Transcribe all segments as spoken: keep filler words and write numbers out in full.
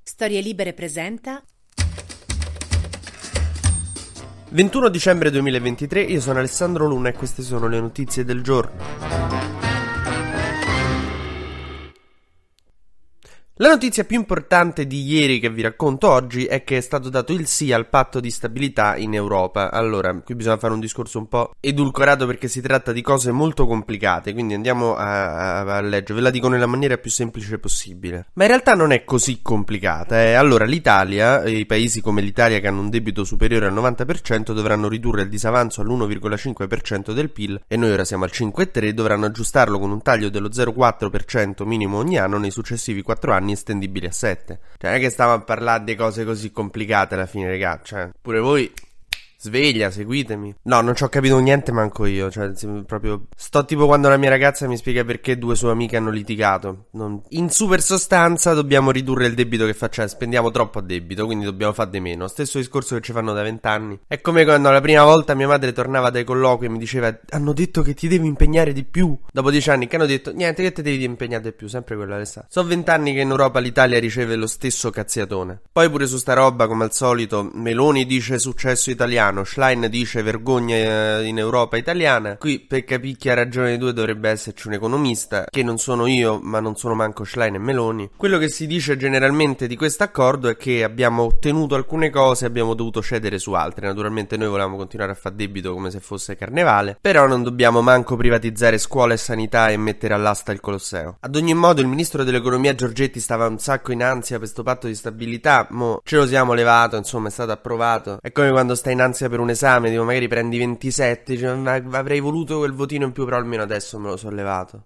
Storie Libere presenta ventuno dicembre duemilaventitré, io sono Alessandro Luna e queste sono le notizie del giorno. La notizia più importante di ieri che vi racconto oggi è che è stato dato il sì al patto di stabilità in Europa. Allora, qui bisogna fare un discorso un po' edulcorato perché si tratta di cose molto complicate, quindi andiamo a, a, a leggere, ve la dico nella maniera più semplice possibile. Ma in realtà non è così complicata, eh. Allora, l'Italia e i paesi come l'Italia che hanno un debito superiore al novanta per cento dovranno ridurre il disavanzo all'uno virgola cinque per cento del P I L e noi ora siamo al cinque virgola tre, dovranno aggiustarlo con un taglio dello zero virgola quattro per cento minimo ogni anno nei successivi quattro anni estendibili a sette. Cioè non è che stiamo a parlare di cose così complicate alla fine, raga. Cioè pure voi sveglia, seguitemi. No, non ci ho capito niente manco io. Cioè proprio sto tipo quando la mia ragazza mi spiega perché due sue amiche hanno litigato. non... In super sostanza dobbiamo ridurre il debito che facciamo. Spendiamo troppo a debito, quindi dobbiamo fare di meno. Stesso discorso che ci fanno da vent'anni. È come quando la prima volta mia madre tornava dai colloqui e mi diceva: hanno detto che ti devi impegnare di più. Dopo dieci anni che hanno detto: niente, che ti devi impegnare di più. Sempre quello, Alessandro. Sono vent'anni che in Europa l'Italia riceve lo stesso cazziatone. Poi pure su sta roba, come al solito, Meloni dice successo italiano, Schlein dice vergogna in Europa italiana. Qui per capire chi ha ragione di due dovrebbe esserci un economista, che non sono io, ma non sono manco Schlein e Meloni. Quello che si dice generalmente di questo accordo è che abbiamo ottenuto alcune cose e abbiamo dovuto cedere su altre. Naturalmente noi volevamo continuare a fare debito come se fosse carnevale, però non dobbiamo manco privatizzare scuola e sanità e mettere all'asta il Colosseo. Ad ogni modo il ministro dell'economia Giorgetti stava un sacco in ansia per sto patto di stabilità. Mo ce lo siamo levato, insomma è stato approvato. È come quando stai in ansia per un esame, tipo magari prendi ventisette, cioè, avrei voluto quel votino in più, però almeno adesso me lo sono levato.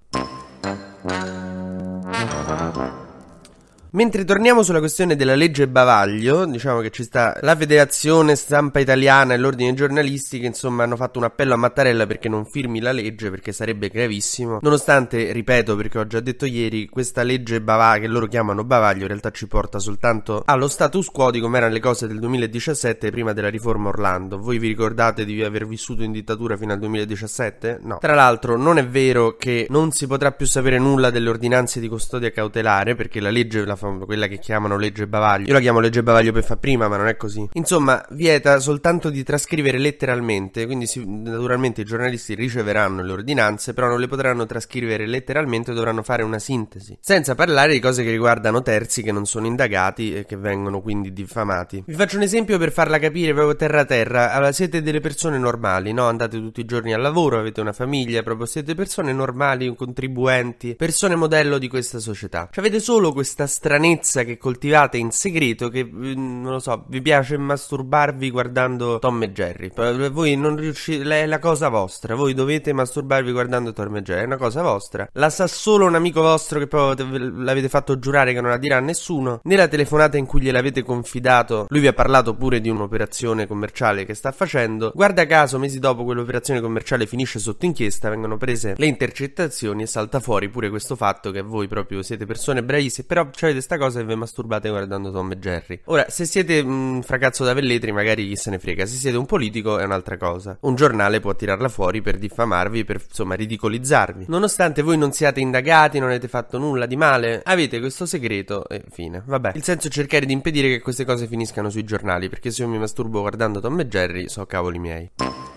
Mentre torniamo sulla questione della legge Bavaglio, diciamo che ci sta la Federazione Stampa Italiana e l'Ordine Giornalisti che insomma hanno fatto un appello a Mattarella perché non firmi la legge, perché sarebbe gravissimo. Nonostante, ripeto perché ho già detto ieri, questa legge Bavaglio, che loro chiamano Bavaglio, in realtà ci porta soltanto allo status quo di come erano le cose del duemiladiciassette prima della riforma Orlando. Voi vi ricordate di aver vissuto in dittatura fino al duemiladiciassette? No. Tra l'altro non è vero che non si potrà più sapere nulla delle ordinanze di custodia cautelare, perché la legge la quella che chiamano legge Bavaglio, io la chiamo legge Bavaglio per far prima, ma non è così. Insomma, vieta soltanto di trascrivere letteralmente, quindi si, naturalmente i giornalisti riceveranno le ordinanze, però non le potranno trascrivere letteralmente, dovranno fare una sintesi, senza parlare di cose che riguardano terzi che non sono indagati e che vengono quindi diffamati. Vi faccio un esempio per farla capire proprio terra terra. Allora, siete delle persone normali, no? Andate tutti i giorni al lavoro, avete una famiglia, proprio siete persone normali, contribuenti, persone modello di questa società. Cioè avete solo questa stranezza che coltivate in segreto, che non lo so, vi piace masturbarvi guardando Tom e Jerry. Voi non riuscite, è la cosa vostra, voi dovete masturbarvi guardando Tom e Jerry, è una cosa vostra. La sa solo un amico vostro che proprio l'avete fatto giurare che non la dirà a nessuno. Nella telefonata in cui gliel'avete confidato, lui vi ha parlato pure di un'operazione commerciale che sta facendo. Guarda caso, mesi dopo quell'operazione commerciale finisce sotto inchiesta, vengono prese le intercettazioni e salta fuori pure questo fatto che voi proprio siete persone bravissime, però avete sta cosa e vi masturbate guardando Tom e Jerry. Ora, se siete un fracazzo da velletri magari chi se ne frega, se siete un politico è un'altra cosa. Un giornale può tirarla fuori per diffamarvi, per insomma ridicolizzarvi. Nonostante voi non siate indagati, non avete fatto nulla di male, avete questo segreto e fine. Vabbè, il senso è cercare di impedire che queste cose finiscano sui giornali, perché se io mi masturbo guardando Tom e Jerry so cavoli miei.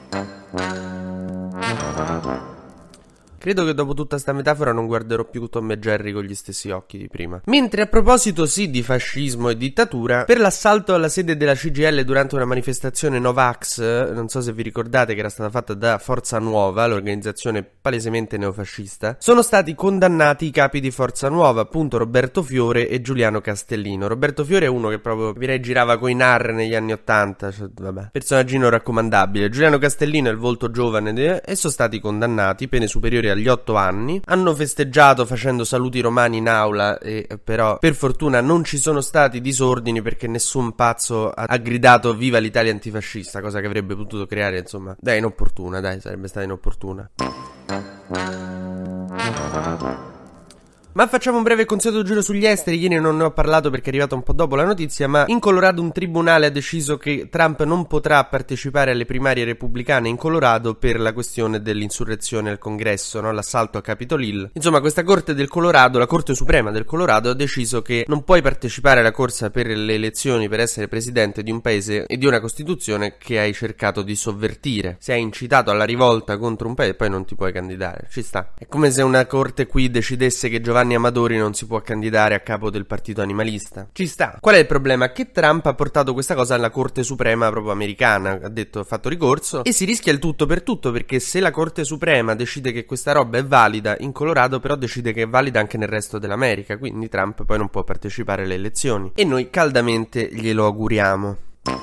Credo che dopo tutta sta metafora non guarderò più Tom e Jerry con gli stessi occhi di prima. Mentre a proposito sì di fascismo e dittatura, per l'assalto alla sede della C G I L durante una manifestazione Novax, non so se vi ricordate che era stata fatta da Forza Nuova, l'organizzazione palesemente neofascista, sono stati condannati i capi di Forza Nuova, appunto Roberto Fiore e Giuliano Castellino. Roberto Fiore è uno che proprio direi girava coi nar negli anni ottanta, cioè, vabbè, personaggino raccomandabile. Giuliano Castellino è il volto giovane de- e sono stati condannati, pene superiori agli otto anni, hanno festeggiato facendo saluti romani in aula e però per fortuna non ci sono stati disordini perché nessun pazzo ha, ha gridato viva l'Italia antifascista, cosa che avrebbe potuto creare insomma, dai, inopportuna, dai, sarebbe stata inopportuna. Ma facciamo un breve consueto giro sugli esteri. Ieri non ne ho parlato perché è arrivata un po' dopo la notizia, ma in Colorado un tribunale ha deciso che Trump non potrà partecipare alle primarie repubblicane in Colorado per la questione dell'insurrezione al congresso, no? L'assalto a Capitol Hill. Insomma, questa corte del Colorado, la Corte Suprema del Colorado, ha deciso che non puoi partecipare alla corsa per le elezioni per essere presidente di un paese e di una costituzione che hai cercato di sovvertire. Se hai incitato alla rivolta contro un paese, poi non ti puoi candidare. Ci sta. È come se una corte qui decidesse che Giovanni Amadori non si può candidare a capo del partito animalista. Ci sta. Qual è il problema? Che Trump ha portato questa cosa alla Corte Suprema proprio americana, ha detto, ha fatto ricorso, e si rischia il tutto per tutto, perché se la Corte Suprema decide che questa roba è valida in Colorado, però decide che è valida anche nel resto dell'America, quindi Trump poi non può partecipare alle elezioni. E noi caldamente glielo auguriamo.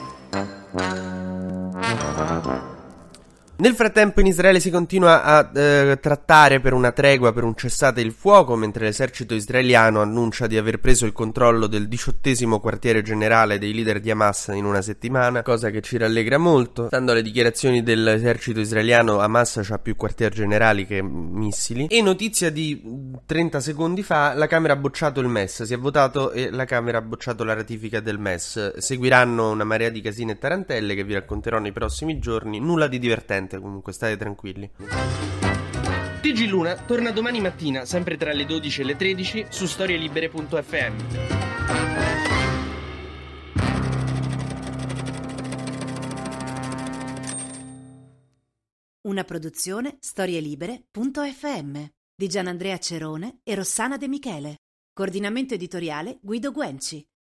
Nel frattempo in Israele si continua a eh, trattare per una tregua, per un cessate il fuoco, mentre l'esercito israeliano annuncia di aver preso il controllo del diciottesimo quartiere generale dei leader di Hamas in una settimana, cosa che ci rallegra molto. Stando alle dichiarazioni dell'esercito israeliano, Hamas ha più quartier generali che missili. E notizia di trenta secondi fa, la Camera ha bocciato il M E S, si è votato e la Camera ha bocciato la ratifica del M E S. Seguiranno una marea di casine e tarantelle che vi racconterò nei prossimi giorni, nulla di divertente. Comunque state tranquilli. T G Luna torna domani mattina, sempre tra le dodici e le tredici, su storielibere punto effe emme. Una produzione storielibere punto effe emme di Gianandrea Cerone e Rossana De Michele. Coordinamento editoriale Guido Guenci.